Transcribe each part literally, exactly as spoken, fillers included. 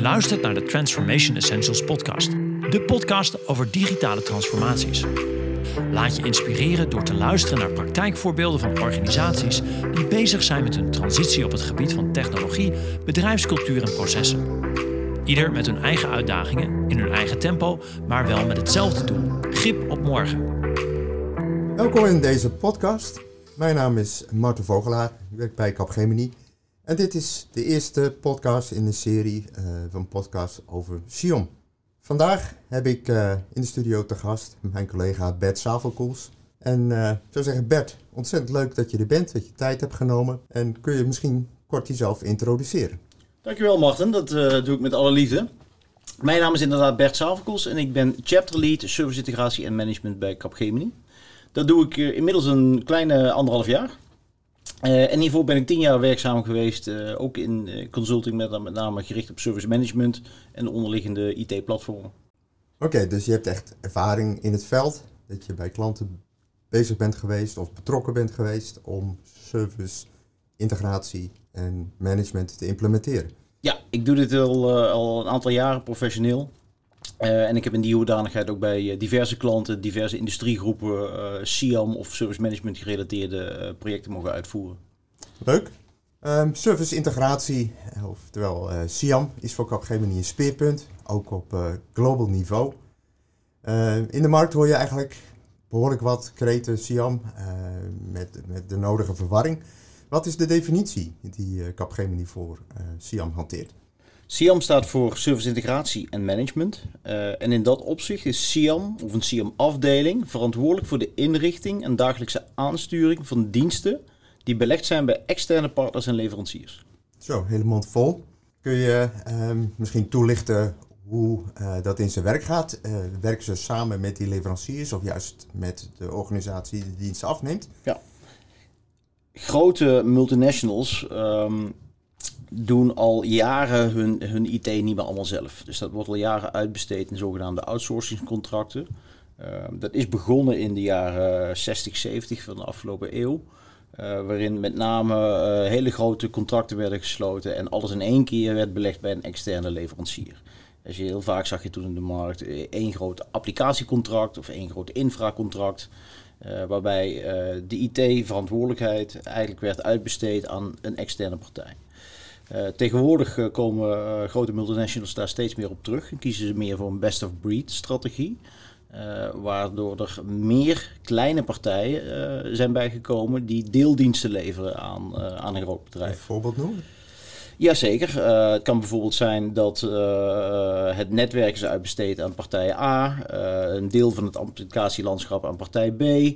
luistert naar de Transformation Essentials podcast. De podcast over digitale transformaties. Laat je inspireren door te luisteren naar praktijkvoorbeelden van organisaties die bezig zijn met hun transitie op het gebied van technologie, bedrijfscultuur en processen. Ieder met hun eigen uitdagingen, in hun eigen tempo, maar wel met hetzelfde doel: grip op morgen. Welkom in deze podcast. Mijn naam is Marten Vogelaar, ik werk bij Capgemini. En dit is de eerste podcast in de serie uh, van podcasts over SIOM. Vandaag heb ik uh, in de studio te gast mijn collega Bert Savelkoels. En uh, ik zou zeggen, Bert, ontzettend leuk dat je er bent, dat je tijd hebt genomen. En kun je misschien kort jezelf introduceren? Dankjewel Marten, dat uh, doe ik met alle liefde. Mijn naam is inderdaad Bert Savelkoels en ik ben Chapter Lead Service Integratie en Management bij Capgemini. Dat doe ik uh, inmiddels een kleine anderhalf jaar. Uh, en hiervoor ben ik tien jaar werkzaam geweest, uh, ook in uh, consulting met, met name gericht op service management en de onderliggende I T-platformen. Oké, okay, dus je hebt echt ervaring in het veld, dat je bij klanten bezig bent geweest of betrokken bent geweest om service, integratie en management te implementeren. Ja, ik doe dit al, uh, al een aantal jaren professioneel. Uh, en ik heb in die hoedanigheid ook bij uh, diverse klanten, diverse industriegroepen, uh, SIAM of service management gerelateerde uh, projecten mogen uitvoeren. Leuk. Um, service integratie, oftewel uh, SIAM, is voor Capgemini een speerpunt, ook op uh, global niveau. Uh, in de markt hoor je eigenlijk behoorlijk wat kreten SIAM uh, met, met de nodige verwarring. Wat is de definitie die uh, Capgemini voor uh, SIAM hanteert? SIAM staat voor Service Integratie en Management. Uh, en in dat opzicht is SIAM, of een SIAM-afdeling, verantwoordelijk voor de inrichting en dagelijkse aansturing van diensten die belegd zijn bij externe partners en leveranciers. Zo, hele mond vol. Kun je uh, misschien toelichten hoe uh, dat in zijn werk gaat? Uh, werken ze samen met die leveranciers of juist met de organisatie die de diensten afneemt? Ja. Grote multinationals um, doen al jaren hun, hun I T niet meer allemaal zelf. Dus dat wordt al jaren uitbesteed in zogenaamde outsourcingscontracten. Uh, dat is begonnen in de jaren zestig, zeventig van de afgelopen eeuw. Uh, waarin met name uh, hele grote contracten werden gesloten en alles in één keer werd belegd bij een externe leverancier. Dus je heel vaak zag je toen in de markt één groot applicatiecontract of één groot infracontract. Uh, waarbij uh, de I T-verantwoordelijkheid eigenlijk werd uitbesteed aan een externe partij. Uh, tegenwoordig uh, komen uh, grote multinationals daar steeds meer op terug en kiezen ze meer voor een best-of-breed strategie. Uh, waardoor er meer kleine partijen uh, zijn bijgekomen die deeldiensten leveren aan, uh, aan een groot bedrijf. Een voorbeeld noemen? Jazeker. Uh, het kan bijvoorbeeld zijn dat uh, het netwerk is uitbesteed aan partij A, uh, een deel van het applicatielandschap aan partij B. Uh,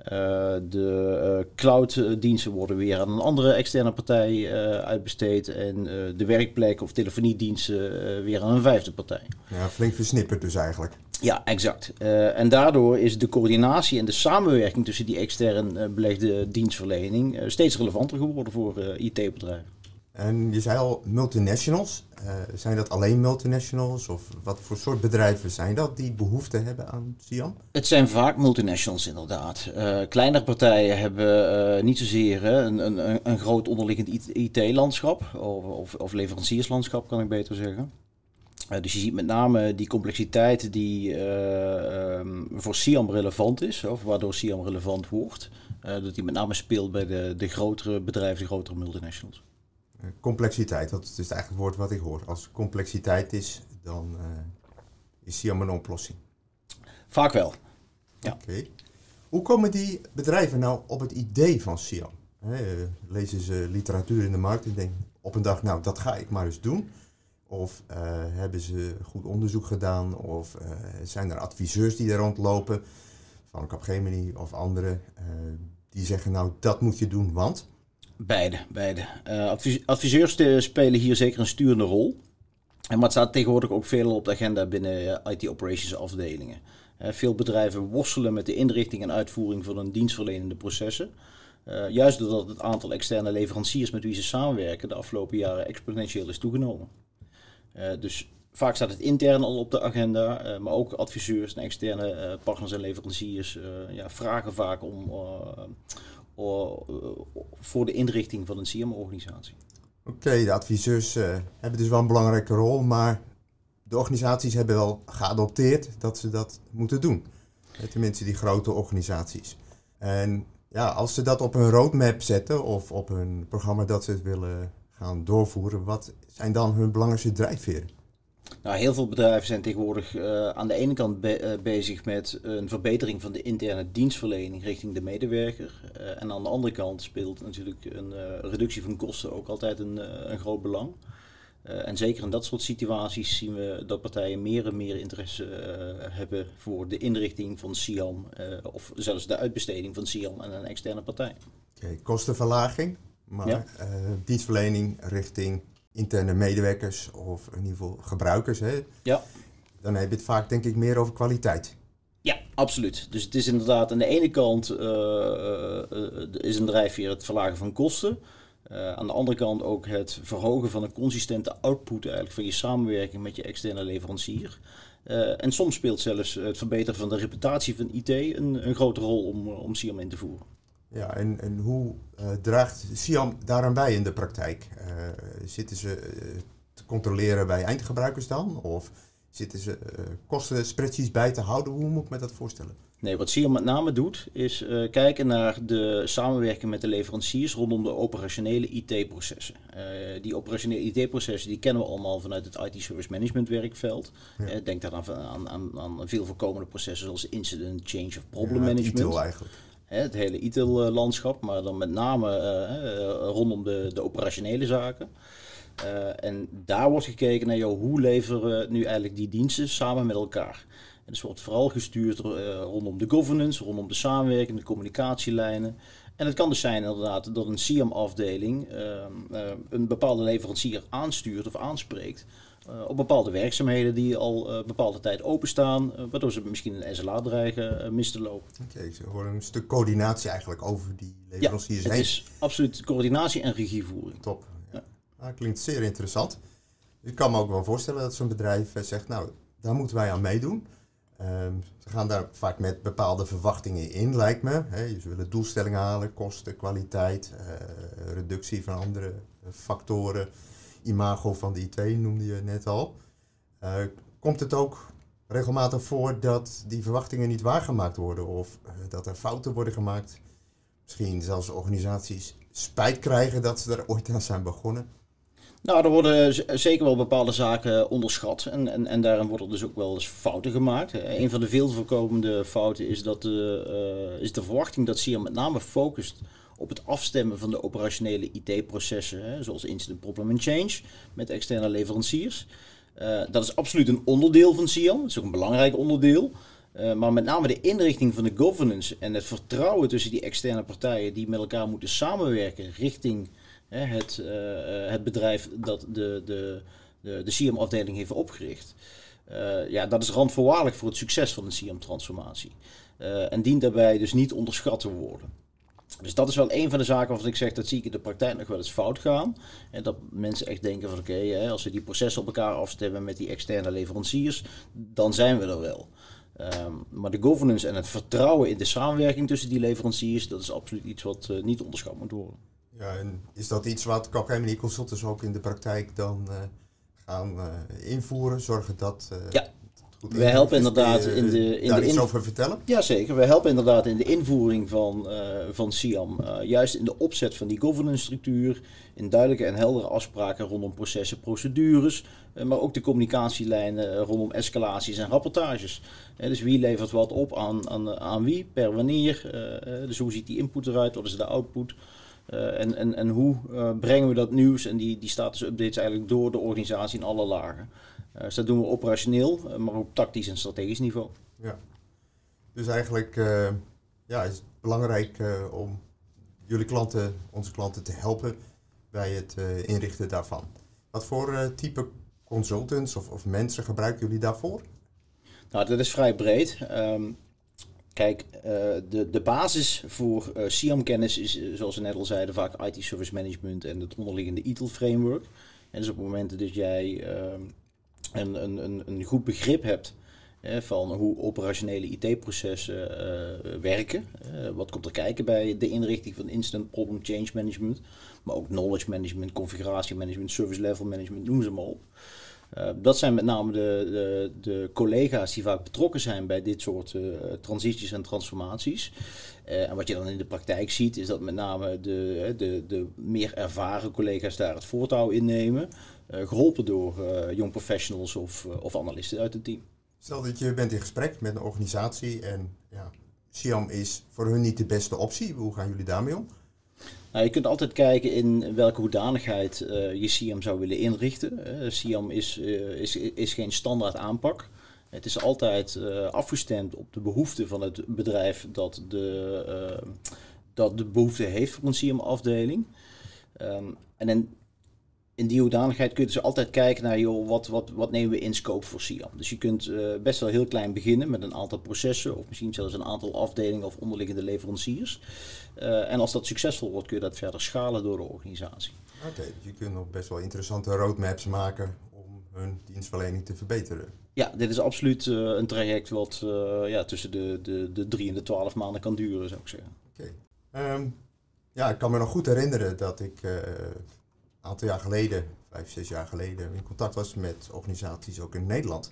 de uh, clouddiensten worden weer aan een andere externe partij uh, uitbesteed en uh, de werkplek of telefoniediensten uh, weer aan een vijfde partij. Ja, flink versnipperd dus eigenlijk. Ja, exact. Uh, en daardoor is de coördinatie en de samenwerking tussen die extern uh, belegde dienstverlening uh, steeds relevanter geworden voor uh, I T-bedrijven. En je zei al multinationals. Uh, zijn dat alleen multinationals of wat voor soort bedrijven zijn dat die behoefte hebben aan SIAM? Het zijn vaak multinationals inderdaad. Uh, kleinere partijen hebben uh, niet zozeer uh, een, een, een groot onderliggend I T-landschap of, of, of leverancierslandschap kan ik beter zeggen. Uh, dus je ziet met name die complexiteit die uh, um, voor SIAM relevant is, of waardoor SIAM relevant wordt. Uh, dat die met name speelt bij de, de grotere bedrijven, de grotere multinationals. Complexiteit, dat is eigenlijk het woord wat ik hoor. Als complexiteit is, dan uh, is SIAM een oplossing. Vaak wel. Ja. Oké. Okay. Hoe komen die bedrijven nou op het idee van SIAM? He, uh, lezen ze literatuur in de markt en denken op een dag, nou dat ga ik maar eens doen. Of uh, hebben ze goed onderzoek gedaan of uh, zijn er adviseurs die er rondlopen van Capgemini of anderen uh, die zeggen nou dat moet je doen, want... Beide, beide. Uh, advis- adviseurs te spelen hier zeker een sturende rol. Maar het staat tegenwoordig ook veel op de agenda binnen uh, I T operations afdelingen. Uh, veel bedrijven worstelen met de inrichting en uitvoering van hun dienstverlenende processen. Uh, juist doordat het aantal externe leveranciers met wie ze samenwerken de afgelopen jaren exponentieel is toegenomen. Uh, dus vaak staat het intern al op de agenda, uh, maar ook adviseurs en externe uh, partners en leveranciers uh, ja, vragen vaak om... Uh, voor de inrichting van een SIAM-organisatie. Oké, okay, de adviseurs uh, hebben dus wel een belangrijke rol, maar de organisaties hebben wel geadopteerd dat ze dat moeten doen. Tenminste, die grote organisaties. En ja, als ze dat op hun roadmap zetten of op hun programma dat ze het willen gaan doorvoeren, wat zijn dan hun belangrijkste drijfveren? Nou, heel veel bedrijven zijn tegenwoordig uh, aan de ene kant be- uh, bezig met een verbetering van de interne dienstverlening richting de medewerker. Uh, en aan de andere kant speelt natuurlijk een uh, reductie van kosten ook altijd een, uh, een groot belang. Uh, en zeker in dat soort situaties zien we dat partijen meer en meer interesse uh, hebben voor de inrichting van SIAM uh, of zelfs de uitbesteding van SIAM aan een externe partij. Oké, okay, kostenverlaging, maar ja. uh, dienstverlening richting interne medewerkers of in ieder geval gebruikers. Hè? Ja. Dan heb je het vaak denk ik meer over kwaliteit. Ja, absoluut. Dus het is inderdaad aan de ene kant uh, uh, is een drijfveer het verlagen van kosten. Uh, aan de andere kant ook het verhogen van een consistente output eigenlijk van je samenwerking met je externe leverancier. Uh, en soms speelt zelfs het verbeteren van de reputatie van I T een, een grote rol om, om SIAM in te voeren. Ja, en, en hoe uh, draagt SIAM daaraan bij in de praktijk? Uh, zitten ze uh, te controleren bij eindgebruikers dan? Of zitten ze uh, kostenspreadsheets bij te houden? Hoe moet ik me dat voorstellen? Nee, wat SIAM met name doet, is uh, kijken naar de samenwerking met de leveranciers rondom de operationele I T-processen. Uh, die operationele I T-processen die kennen we allemaal vanuit het I T-service management werkveld. Ja. Uh, denk daar aan, aan, aan, aan veel voorkomende processen zoals incident, change of problem ja, management. I T I L eigenlijk. Uh, het hele I T I L-landschap, maar dan met name uh, uh, rondom de, de operationele zaken. Uh, en daar wordt gekeken naar joh, hoe leveren we nu eigenlijk die diensten samen met elkaar. En dus wordt vooral gestuurd uh, rondom de governance, rondom de samenwerking, de communicatielijnen. En het kan dus zijn inderdaad dat een SIAM-afdeling uh, uh, een bepaalde leverancier aanstuurt of aanspreekt uh, op bepaalde werkzaamheden die al uh, bepaalde tijd openstaan, uh, waardoor ze misschien een S L A dreigen uh, mis te lopen. Oké, okay, ze horen een stuk coördinatie eigenlijk over die leveranciers ja, heen. Het is absoluut coördinatie en regievoering. Top. Ja. Ja. Ah, klinkt zeer interessant. Ik kan me ook wel voorstellen dat zo'n bedrijf uh, zegt, nou, daar moeten wij aan meedoen. Um, ze gaan daar vaak met bepaalde verwachtingen in, lijkt me. He, ze willen doelstellingen halen, kosten, kwaliteit, uh, reductie van andere factoren. Imago van de I T noemde je net al. Uh, komt het ook regelmatig voor dat die verwachtingen niet waargemaakt worden of uh, dat er fouten worden gemaakt? Misschien zelfs organisaties spijt krijgen dat ze er ooit aan zijn begonnen? Nou, er worden z- zeker wel bepaalde zaken onderschat en, en, en daarin worden dus ook wel eens fouten gemaakt. Een van de veel voorkomende fouten is, dat de, uh, is de verwachting dat SIAM met name focust op het afstemmen van de operationele I T-processen, hè, zoals incident, problem en change, met externe leveranciers. Uh, dat is absoluut een onderdeel van SIAM, dat is ook een belangrijk onderdeel. Uh, maar met name de inrichting van de governance en het vertrouwen tussen die externe partijen die met elkaar moeten samenwerken richting Het, uh, het bedrijf dat de, de, de, de SIAM-afdeling heeft opgericht. Uh, ja, dat is randvoorwaardelijk voor het succes van de SIAM-transformatie. Uh, en dient daarbij dus niet onderschat te worden. Dus dat is wel een van de zaken waarvan ik zeg, dat zie ik in de praktijk nog wel eens fout gaan. En dat mensen echt denken van oké, okay, als we die processen op elkaar afstemmen met die externe leveranciers, dan zijn we er wel. Um, maar de governance en het vertrouwen in de samenwerking tussen die leveranciers, dat is absoluut iets wat uh, niet onderschat moet worden. Ja, en is dat iets wat Capgemini Consultants ook in de praktijk dan uh, gaan uh, invoeren? Zorgen dat uh, ja. het goed we helpen inderdaad in de in daar de iets in... over vertellen? Jazeker, we helpen inderdaad in de invoering van, uh, van SIAM. Uh, juist in de opzet van die governance structuur, in duidelijke en heldere afspraken rondom processen, procedures, uh, maar ook de communicatielijnen uh, rondom escalaties en rapportages. Uh, dus wie levert wat op aan, aan, aan wie, per wanneer, uh, uh, dus hoe ziet die input eruit, wat is de output? Uh, en, en, en hoe uh, brengen we dat nieuws en die, die status-updates eigenlijk door de organisatie in alle lagen. Uh, dus dat doen we operationeel, uh, maar ook tactisch en strategisch niveau. Ja. Dus eigenlijk uh, ja, is het belangrijk uh, om jullie klanten, onze klanten te helpen bij het uh, inrichten daarvan. Wat voor uh, type consultants of, of mensen gebruiken jullie daarvoor? Nou, dat is vrij breed. Um, Kijk, uh, de, de basis voor uh, SIAM-kennis is, uh, zoals we net al zeiden, vaak I T-service management en het onderliggende I T I L-framework. En dus op het moment dat jij uh, een, een, een goed begrip hebt Eh, van hoe operationele I T-processen uh, werken. Uh, wat komt er kijken bij de inrichting van Incident Problem Change Management. Maar ook Knowledge Management, Configuratie Management, Service Level Management, noem ze maar op. Uh, dat zijn met name de, de, de collega's die vaak betrokken zijn bij dit soort uh, transities en transformaties. Uh, en wat je dan in de praktijk ziet is dat met name de, de, de meer ervaren collega's daar het voortouw innemen. Uh, geholpen door uh, young professionals of, uh, of analisten uit het team. Stel dat je bent in gesprek met een organisatie en ja, SIAM is voor hun niet de beste optie. Hoe gaan jullie daarmee om? Nou, je kunt altijd kijken in welke hoedanigheid uh, je SIAM zou willen inrichten. Uh, SIAM is, uh, is, is geen standaard aanpak. Het is altijd uh, afgestemd op de behoeften van het bedrijf dat de, uh, dat de behoefte heeft voor een SIAM-afdeling. Um, en in, in die hoedanigheid kun je dus altijd kijken naar joh, wat, wat, wat nemen we in scope voor SIAM. Dus je kunt uh, best wel heel klein beginnen met een aantal processen of misschien zelfs een aantal afdelingen of onderliggende leveranciers. Uh, en als dat succesvol wordt kun je dat verder schalen door de organisatie. Oké, okay, dus je kunt nog best wel interessante roadmaps maken om hun dienstverlening te verbeteren. Ja, dit is absoluut uh, een traject wat uh, ja, tussen de, de, de drie en de twaalf maanden kan duren, zou ik zeggen. Oké. Okay. Um, ja, ik kan me nog goed herinneren dat ik uh, een aantal jaar geleden, vijf, zes jaar geleden, in contact was met organisaties ook in Nederland.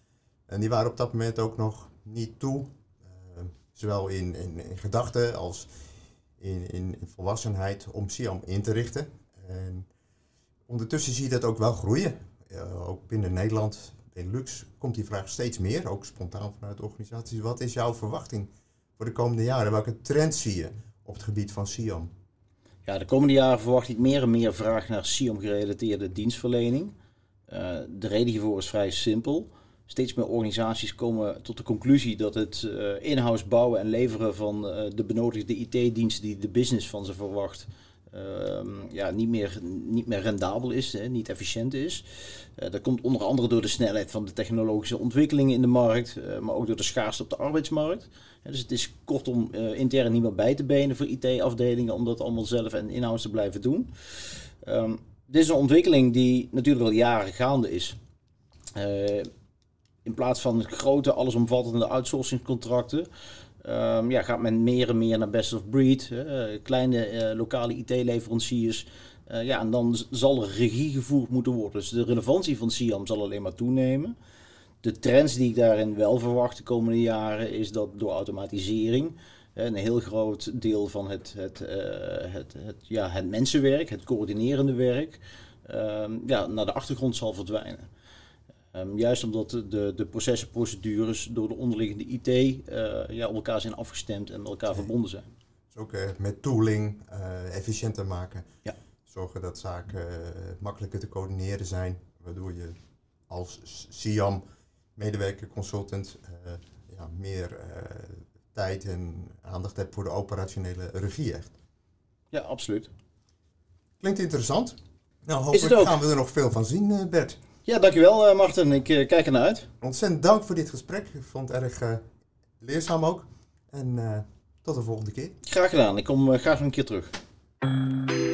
En die waren op dat moment ook nog niet toe, uh, zowel in, in, in gedachten als in, in, in volwassenheid, om SIAM in te richten. En ondertussen zie je dat ook wel groeien. Uh, ook binnen Nederland, Benelux, komt die vraag steeds meer, ook spontaan vanuit organisaties. Wat is jouw verwachting voor de komende jaren? Welke trends zie je op het gebied van SIAM? Ja, de komende jaren verwacht ik meer en meer vraag naar SIAM-gerelateerde dienstverlening. Uh, de reden hiervoor is vrij simpel. Steeds meer organisaties komen tot de conclusie dat het uh, in-house bouwen en leveren van uh, de benodigde I T-diensten die de business van ze verwacht, Uh, ja, niet, meer, niet meer rendabel is, hè, niet efficiënt is. Uh, dat komt onder andere door de snelheid van de technologische ontwikkelingen in de markt, uh, maar ook door de schaarste op de arbeidsmarkt. Ja, dus het is kortom uh, intern niet meer bij te benen voor I T-afdelingen om dat allemaal zelf en in-house te blijven doen. Um, dit is een ontwikkeling die natuurlijk al jaren gaande is. Uh, in plaats van grote, allesomvattende outsourcingscontracten, Um, ja, gaat men meer en meer naar best of breed, uh, kleine uh, lokale I T-leveranciers. Uh, ja, en dan z- zal er regie gevoerd moeten worden. Dus de relevantie van SIAM zal alleen maar toenemen. De trends die ik daarin wel verwacht de komende jaren is dat door automatisering uh, een heel groot deel van het, het, uh, het, het, ja, het mensenwerk, het coördinerende werk, uh, ja, naar de achtergrond zal verdwijnen. Um, juist omdat de, de processen, procedures door de onderliggende I T uh, ja, op elkaar zijn afgestemd en met elkaar okay. verbonden zijn. Dus ook uh, met tooling uh, efficiënter maken. Ja. Zorgen dat zaken uh, makkelijker te coördineren zijn. Waardoor je als SIAM, medewerker, consultant, uh, ja, meer uh, tijd en aandacht hebt voor de operationele regie echt. Ja, absoluut. Klinkt interessant. Nou, hopelijk gaan we er nog veel van zien, uh, Bert. Ja, dankjewel uh, Martin. Ik uh, kijk ernaar uit. Ontzettend dank voor dit gesprek. Ik vond het erg uh, leerzaam ook. En uh, tot de volgende keer. Graag gedaan. Ik kom uh, graag nog een keer terug.